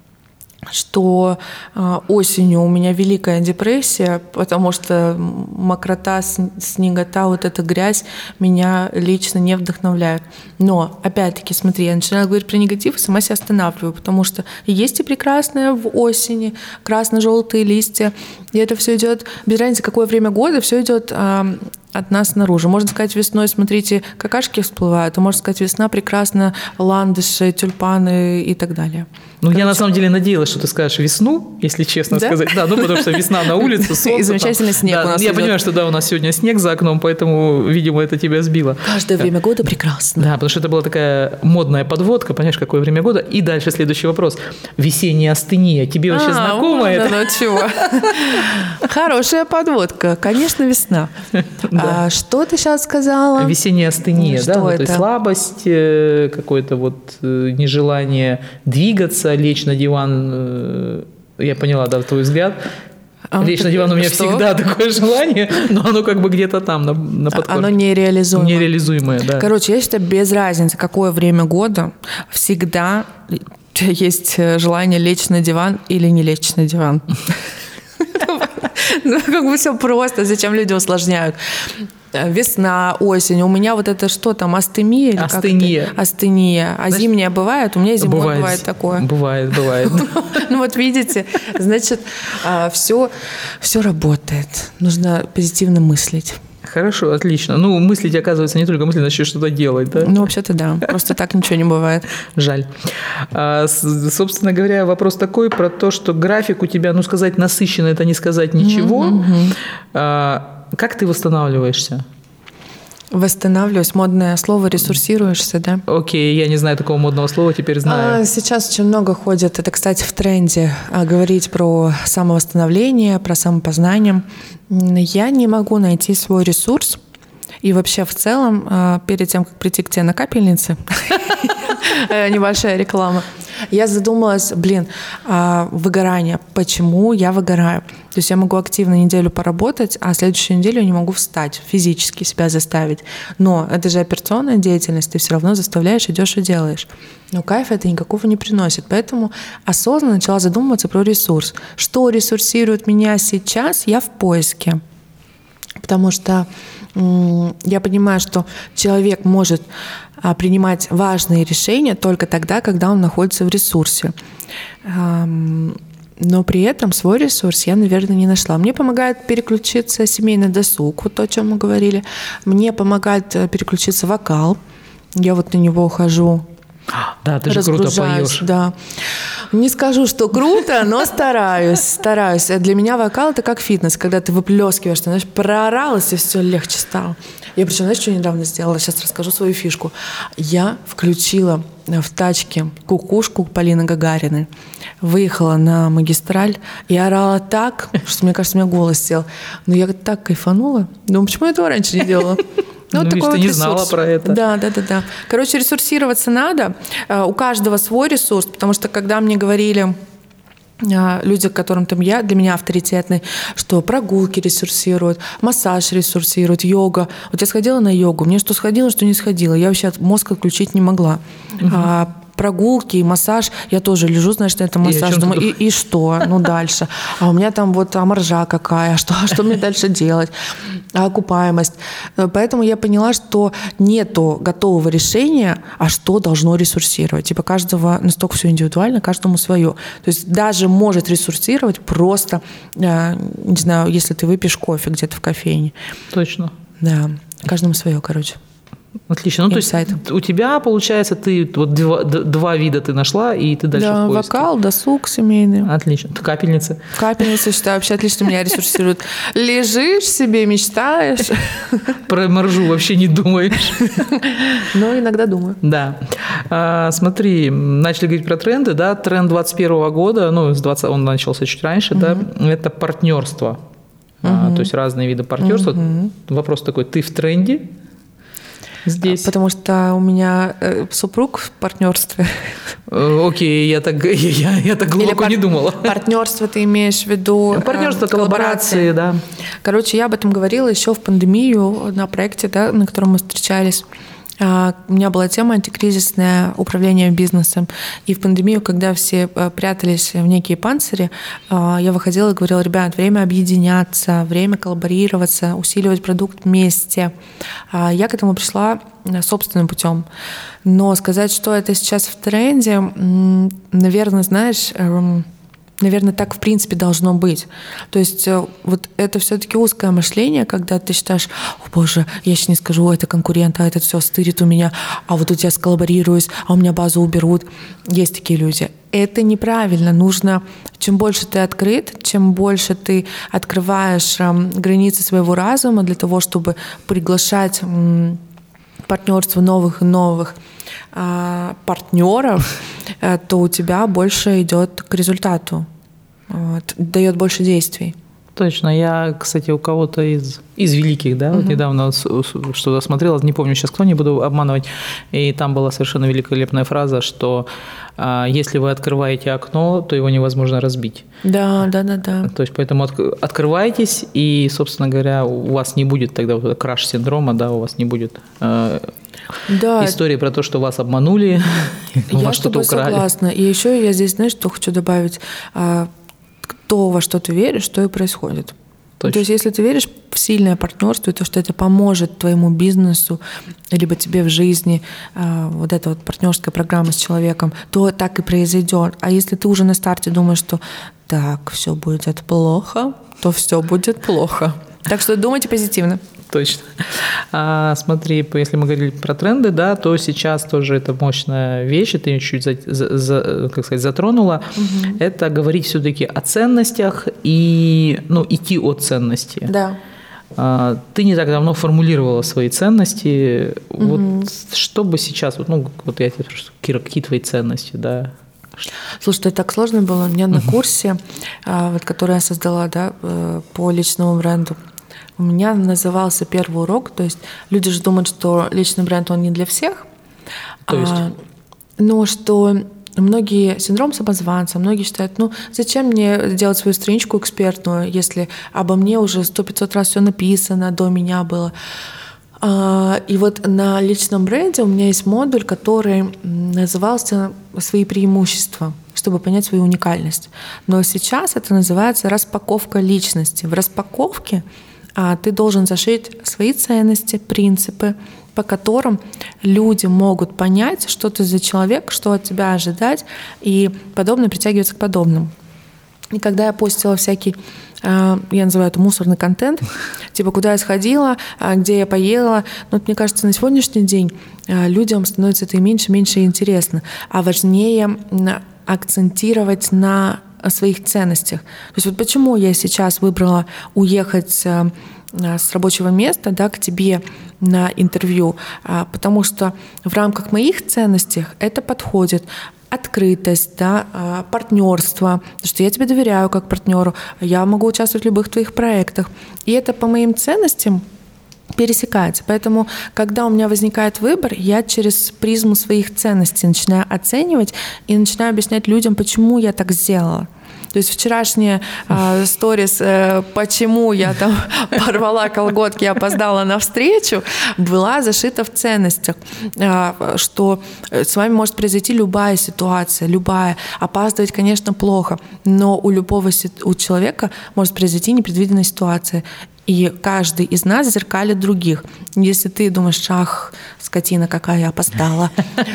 что осенью у меня великая депрессия, потому что мокрота, снегота, вот эта грязь меня лично не вдохновляет. Но, опять-таки, смотри, я начинаю говорить про негатив и сама себя останавливаю, потому что есть и прекрасное в осени, красно-желтые листья, и это все идет, без разницы, какое время года, все идет от нас наружу. Можно сказать, весной, смотрите, какашки всплывают, а можно сказать, весна прекрасна, ландыши, тюльпаны и так далее. Я на самом деле надеялась, что ты скажешь весну, если честно сказать. Да, потому что весна на улице, солнце. И замечательный снег у нас Я понимаю, что да, у нас сегодня снег за окном, поэтому, видимо, это тебя сбило. Каждое время года прекрасно. Да, потому что это была такая модная подводка, понимаешь, какое время года. И дальше следующий вопрос. Весенняя астения. Тебе вообще знакомо это? Ну чего? Хорошая подводка. Конечно, весна. А что ты сейчас сказала? Весенняя астения, да? То есть слабость, какое-то нежелание двигаться, лечь на диван. Я поняла, да, твой взгляд. Лечь на диван у меня всегда такое желание, но оно где-то там, на подкорке. Оно нереализуемое. Нереализуемое, да. Короче, я считаю, без разницы, какое время года, всегда есть желание лечь на диван или не лечь на диван. Все просто, зачем люди усложняют? Весна, осень. У меня это что там, астемия? Астения. А зимняя бывает? У меня зимой бывает такое. Бывает. Видите, значит, все работает. Нужно позитивно мыслить. Хорошо, отлично. Мыслить, оказывается, не только мыслить, но еще что-то делать, да? Вообще-то да. Просто так ничего не бывает. Жаль. Собственно говоря, вопрос такой про то, что график у тебя, сказать насыщенно, это не сказать ничего. Как ты восстанавливаешься? Восстанавливаюсь. Модное слово «ресурсируешься», да? Окей, я не знаю такого модного слова, теперь знаю. Сейчас очень много ходит, это, кстати, в тренде, говорить про самовосстановление, про самопознание. Я не могу найти свой ресурс. И вообще в целом, перед тем, как прийти к тебе на капельнице, небольшая реклама, Я задумалась, выгорание. Почему я выгораю? То есть я могу активно неделю поработать, а следующую неделю я не могу встать, физически себя заставить. Но это же операционная деятельность, ты все равно заставляешь, идешь и делаешь. Но кайфа это никакого не приносит. Поэтому осознанно начала задумываться про ресурс. Что ресурсирует меня сейчас, я в поиске. Потому что я понимаю, что человек может принимать важные решения только тогда, когда он находится в ресурсе. Но при этом свой ресурс я, наверное, не нашла. Мне помогает переключиться семейный досуг, вот то, о чем мы говорили. Мне помогает переключиться вокал. Я вот на него ухожу. Да, ты же круто поешь. Да. Не скажу, что круто, но стараюсь. Для меня вокал — это как фитнес, когда ты выплескиваешь, ты, знаешь, прооралась, и все легче стало. Я причем, знаешь, что недавно сделала? Сейчас расскажу свою фишку. Я включила в тачке кукушку Полины Гагариной, выехала на магистраль и орала так, что, мне кажется, у меня голос сел. Но я так кайфанула. Думаю, почему я этого раньше не делала? Ну, видишь, ты не знала про это. Да. Короче, ресурсироваться надо. У каждого свой ресурс, потому что когда мне говорили люди, которым там для меня авторитетны, что прогулки ресурсируют, массаж ресурсирует, йога. Вот я сходила на йогу, мне что сходило, что не сходило. Я вообще мозг отключить не могла. Прогулки и массаж, я тоже лежу, знаешь, на этом массаже, думаю, и что? Ну, дальше. А у меня там вот моржа какая, что мне дальше делать? Окупаемость. Поэтому я поняла, что нету готового решения, а что должно ресурсировать. Типа каждого настолько все индивидуально, каждому свое. То есть даже может ресурсировать просто, не знаю, если ты выпьешь кофе где-то в кофейне. Точно. Да, каждому свое, короче. Отлично. Ну, то есть у тебя, получается, ты вот два вида ты нашла, и ты дальше в поиске. Вокал, досуг семейный. Отлично. Капельницы. Капельницы, считаю, вообще отлично меня ресурсируют. Лежишь себе, мечтаешь. Про моржу вообще не думаешь. Но иногда думаю. Да. Смотри, начали говорить про тренды, да, тренд 2021 года, ну, он начался чуть раньше, да, это партнерство. То есть разные виды партнерства. Вопрос такой, ты в тренде? Здесь. Потому что у меня супруг в партнерстве. Окей, я так глубоко не думала. Партнерство ты имеешь в виду? Партнерство, коллаборации, да. Короче, я об этом говорила еще в пандемию на проекте, да, на котором мы встречались. У меня была тема антикризисное управление бизнесом. И в пандемию, когда все прятались в некие панцири, я выходила и говорила: ребят, время объединяться, время коллаборироваться, усиливать продукт вместе. Я к этому пришла собственным путем. Но сказать, что это сейчас в тренде, наверное, знаешь, наверное, так в принципе должно быть. То есть вот это все-таки узкое мышление, когда ты считаешь: о боже, я сейчас не скажу, это конкурент, а этот все стырит у меня, а вот тут я сколлаборируюсь, а у меня базу уберут. Есть такие люди. Это неправильно. Нужно, чем больше ты открыт, чем больше ты открываешь границы своего разума для того, чтобы приглашать партнерство новых и новых партнеров, то у тебя больше идет к результату, дает больше действий. Точно. Я, кстати, у кого-то из великих, да, вот недавно что-то смотрела, не помню сейчас кто, не буду обманывать, и там была совершенно великолепная фраза, что если вы открываете окно, то его невозможно разбить. Да. То есть поэтому открывайтесь, и, собственно говоря, у вас не будет тогда вот краш-синдрома, да, у вас не будет истории про то, что вас обманули, вас что-то украли. Я согласна. И еще я здесь, знаешь, что хочу добавить? То, во что ты веришь, то и происходит. То есть если ты веришь в сильное партнерство, и то, что это поможет твоему бизнесу, либо тебе в жизни, вот эта вот партнерская программа с человеком, то так и произойдет. А если ты уже на старте думаешь, что так, все будет плохо, то все будет плохо. Так что думайте позитивно. Точно. Смотри, если мы говорили про тренды, да, то сейчас тоже это мощная вещь, ты ее чуть затронула. Это говорить все-таки о ценностях и идти от ценности. Да. Ты не так давно формулировала свои ценности. Вот что бы сейчас, вот я тебя спрашиваю, Кира, какие твои ценности, да? Слушай, это так сложно было. У меня на курсе, который я создала, да, по личному бренду, у меня назывался первый урок, то есть люди же думают, что личный бренд, он не для всех. То есть? Но что многие синдром самозванца, многие считают, зачем мне делать свою страничку экспертную, если обо мне уже 100-500 раз все написано, до меня было. И вот на личном бренде у меня есть модуль, который назывался «Свои преимущества», чтобы понять свою уникальность. Но сейчас это называется распаковка личности. В распаковке ты должен зашить свои ценности, принципы, по которым люди могут понять, что ты за человек, что от тебя ожидать, и подобное притягивается к подобному. И когда я постила всякий, я называю это мусорный контент, типа куда я сходила, где я поела, мне кажется, на сегодняшний день людям становится это и меньше и меньше интересно, а важнее акцентировать на своих ценностях. То есть вот почему я сейчас выбрала уехать с рабочего места, к тебе на интервью, потому что в рамках моих ценностей это подходит. Открытость, партнерство, что я тебе доверяю как партнеру, я могу участвовать в любых твоих проектах. И это по моим ценностям пересекается. Поэтому, когда у меня возникает выбор, я через призму своих ценностей начинаю оценивать и начинаю объяснять людям, почему я так сделала. То есть вчерашняя сторис, почему я там порвала колготки и опоздала на встречу, была зашита в ценностях, что с вами может произойти любая ситуация, любая. Опаздывать, конечно, плохо, но у человека может произойти непредвиденная ситуация. И каждый из нас зеркалит других. Если ты думаешь, скотина какая, я опоздала,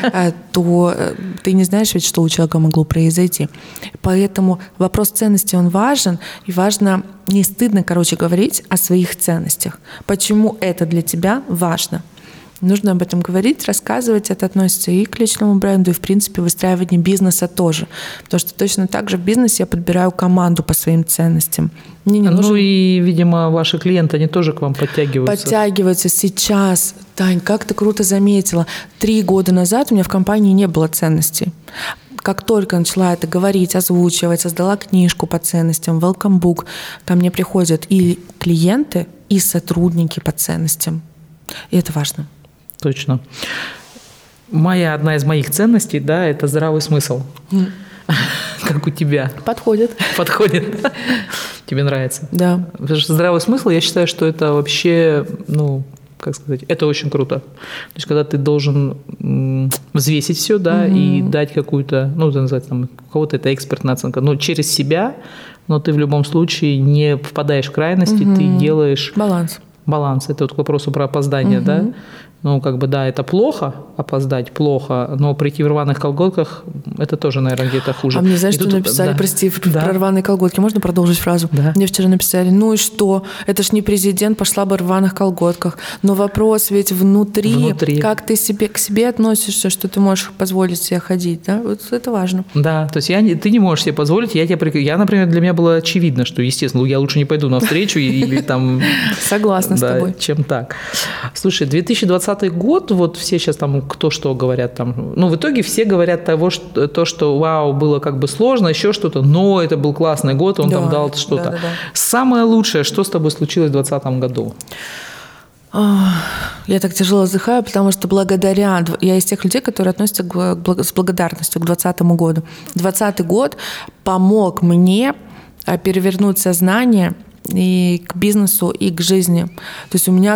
то ты не знаешь ведь, что у человека могло произойти. Поэтому вопрос ценности, он важен. И важно, не стыдно, говорить о своих ценностях. Почему это для тебя важно? Нужно об этом говорить, рассказывать. Это относится и к личному бренду, и, в принципе, выстраиванию бизнеса тоже. Потому что точно так же в бизнесе я подбираю команду по своим ценностям. Мне не нужен... и, видимо, ваши клиенты, они тоже к вам подтягиваются. Подтягиваются сейчас. Тань, как ты круто заметила. 3 года назад у меня в компании не было ценностей. Как только начала это говорить, озвучивать, создала книжку по ценностям, welcome book, ко мне приходят и клиенты, и сотрудники по ценностям. И это важно. Точно. Одна из моих ценностей, это здравый смысл. Как у тебя. Подходит. Тебе нравится? Да. Потому что здравый смысл, я считаю, что это вообще, это очень круто. То есть, когда ты должен взвесить все, и дать какую-то, у кого-то это экспертная оценка, но через себя, но ты в любом случае не впадаешь в крайности, ты делаешь... Баланс. Это вот к вопросу про опоздание, это плохо, опоздать плохо, но прийти в рваных колготках, это тоже, наверное, где-то хуже. А мне, знаешь, что написали, прости, про рваные колготки? Можно продолжить фразу? Да. Мне вчера написали, и что? Это ж не президент, пошла бы в рваных колготках. Но вопрос ведь внутри. Как ты к себе относишься, что ты можешь позволить себе ходить, Вот это важно. Да, то есть ты не можешь себе позволить. Я, например, для меня было очевидно, что, естественно, я лучше не пойду на встречу или там... Согласна с тобой. Чем так. Слушай, 2020 год, вот все сейчас кто что говорят в итоге все говорят то, что вау, было сложно, еще что-то, но это был классный год, он дал что-то. Да. Самое лучшее, что с тобой случилось в 2020 году? Я так тяжело вздыхаю, потому что я из тех людей, которые относятся с благодарностью к 2020 году. 2020 год помог мне перевернуть сознание и к бизнесу, и к жизни. То есть у меня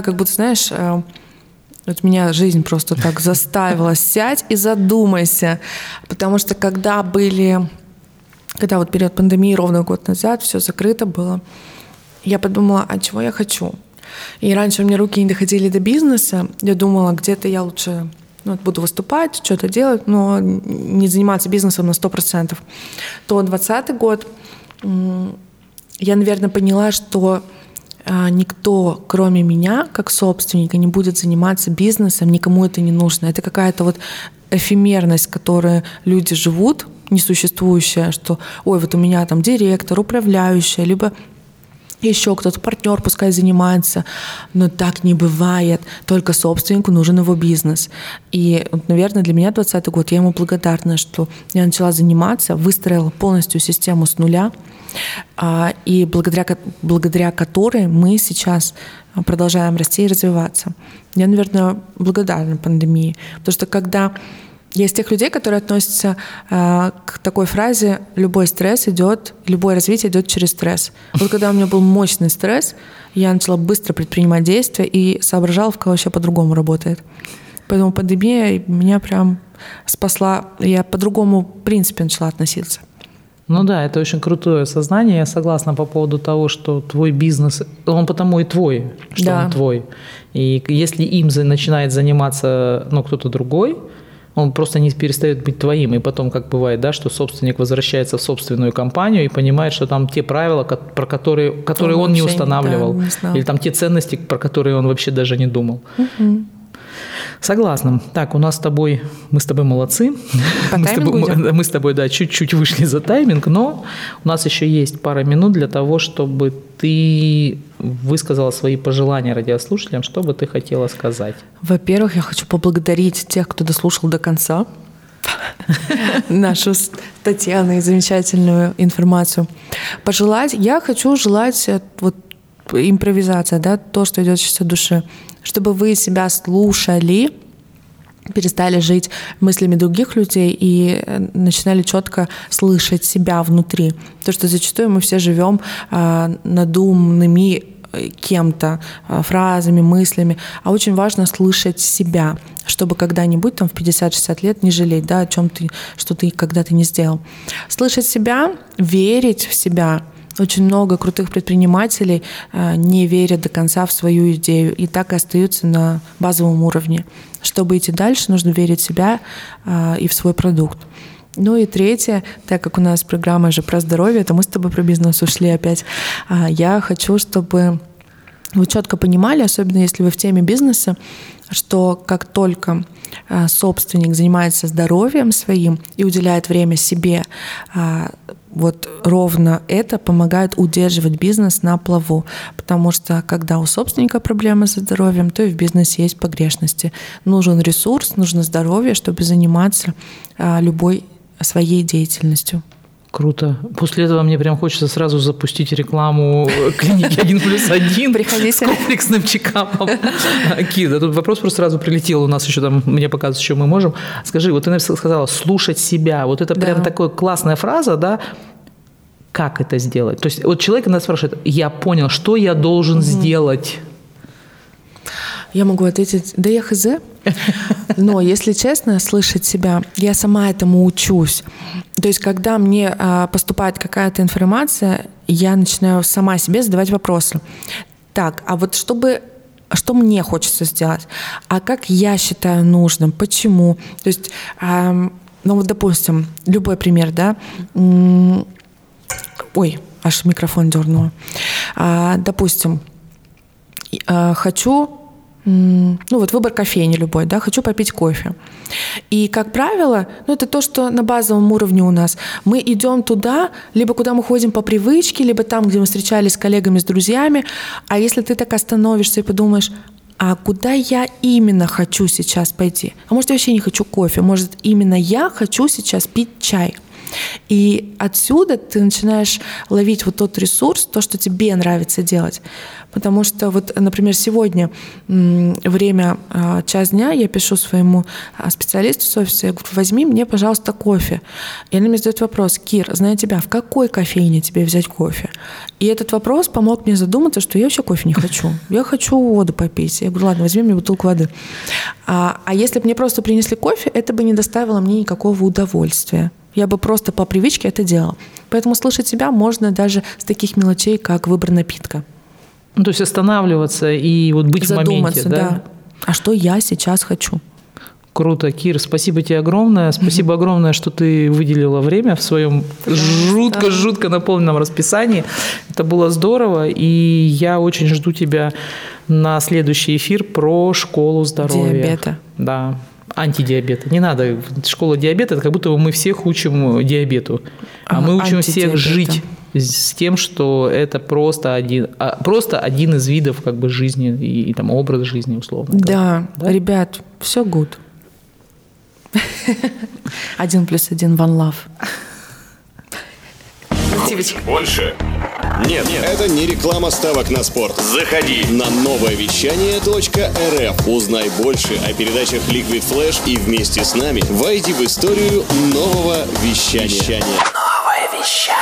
меня жизнь просто так заставила. Сядь и задумайся. Потому что когда вот период пандемии, ровно год назад, все закрыто было, я подумала, а чего я хочу? И раньше у меня руки не доходили до бизнеса. Я думала, где-то я лучше буду выступать, что-то делать, но не заниматься бизнесом на 100%. То 2020 год я, наверное, поняла, что никто, кроме меня, как собственника, не будет заниматься бизнесом, никому это не нужно. Это какая-то эфемерность, в которой люди живут, несуществующая, что вот у меня там директор, управляющая, либо еще кто-то, партнер пускай занимается, но так не бывает. Только собственнику нужен его бизнес. И, наверное, для меня 2020 год, я ему благодарна, что я начала заниматься, выстроила полностью систему с нуля, и благодаря которой мы сейчас продолжаем расти и развиваться. Я, наверное, благодарна пандемии, потому что когда Я из тех людей, которые относятся к такой фразе: любой стресс идет, любое развитие идет через стресс. Вот когда у меня был мощный стресс, я начала быстро предпринимать действия и соображала, в кого вообще по-другому работает. Поэтому пандемия меня прям спасла. Я по-другому, в принципе, начала относиться. Ну да, это очень крутое осознание. Я согласна по поводу того, что твой бизнес, он потому и твой, что Да. он твой. И если им начинает заниматься кто-то другой, он просто не перестает быть твоим. И потом, как бывает, да, что собственник возвращается в собственную компанию и понимает, что там те правила, про которые он не устанавливал, не знал. или там те ценности, про которые он вообще даже не думал. Угу. Согласна. Так, мы с тобой молодцы. По таймингу идем? Мы с тобой, да, чуть-чуть вышли за тайминг, но у нас еще есть пара минут для того, чтобы ты высказала свои пожелания радиослушателям, что бы ты хотела сказать. Во-первых, я хочу поблагодарить тех, кто дослушал до конца нашу с Татьяной замечательную информацию. Я хочу желать вот импровизация, да, то, что идет сейчас от души, чтобы вы себя слушали, перестали жить мыслями других людей и начинали четко слышать себя внутри. То, что зачастую мы все живем надуманными кем-то, фразами, мыслями, а очень важно слышать себя, чтобы когда-нибудь там в 50-60 лет не жалеть, да, о чем ты, что ты когда-то не сделал. Слышать себя, верить в себя. Очень много крутых предпринимателей не верят до конца в свою идею и так и остаются на базовом уровне. Чтобы идти дальше, нужно верить в себя и в свой продукт. Ну и третье, так как у нас программа же про здоровье, это мы с тобой про бизнес ушли опять. Я хочу, чтобы вы четко понимали, особенно если вы в теме бизнеса, что как только собственник занимается здоровьем своим и уделяет время себе, вот ровно это помогает удерживать бизнес на плаву. Потому что когда у собственника проблемы со здоровьем, то и в бизнесе есть погрешности. Нужен ресурс, нужно здоровье, чтобы заниматься любой своей деятельностью. Круто. После этого мне прям хочется сразу запустить рекламу клиники 1+1 Приходите. С комплексным чекапом. Кира, тут вопрос просто сразу прилетел. У нас еще там, мне показывают, что мы можем. Скажи, вот ты сказала слушать себя. Вот это прям такая классная фраза, да? Как это сделать? То есть вот человек нас спрашивает: я понял, что я должен сделать? Я могу ответить: да я хз. Но, если честно, слышать себя, я сама этому учусь. То есть, когда мне поступает какая-то информация, я начинаю сама себе задавать вопросы. Так, а вот что мне хочется сделать? А как я считаю нужным? Почему? То есть, вот, допустим, любой пример, да? Ой, аж микрофон дернула. Допустим, хочу... вот выбор кофейни любой, да, хочу попить кофе. И, как правило, это то, что на базовом уровне у нас. Мы идем туда, либо куда мы ходим по привычке, либо там, где мы встречались с коллегами, с друзьями. А если ты так остановишься и подумаешь: а куда я именно хочу сейчас пойти? А может, я вообще не хочу кофе, может, именно я хочу сейчас пить чай. И отсюда ты начинаешь ловить вот тот ресурс, то, что тебе нравится делать. Потому что, вот, например, сегодня время, час дня, я пишу своему специалисту с офиса, я говорю: возьми мне, пожалуйста, кофе. И она мне задает вопрос: Кир, зная тебя, в какой кофейне тебе взять кофе? И этот вопрос помог мне задуматься, что я вообще кофе не хочу. Я хочу воду попить. Я говорю: ладно, возьми мне бутылку воды. А если бы мне просто принесли кофе, это бы не доставило мне никакого удовольствия. Я бы просто по привычке это делала. Поэтому слышать себя можно даже с таких мелочей, как выбор напитка. То есть останавливаться и вот быть в моменте, да? А что я сейчас хочу? Круто, Кир, спасибо тебе огромное. Спасибо огромное, что ты выделила время в своем жутко наполненном расписании. Это было здорово, и я очень жду тебя на следующий эфир про школу здоровья. Диабета. Да. Антидиабета. Не надо. Школа диабета – это как будто мы всех учим диабету. А мы учим всех жить с тем, что это просто один из видов как бы жизни и там образ жизни, условно. Да, ребят, все good. 1+1 one love. Больше Нет, это не реклама ставок на спорт. Заходи на нововещание.рф. Узнай больше о передачах Liquid Flash и вместе с нами войди в историю нового вещания. Новое вещание.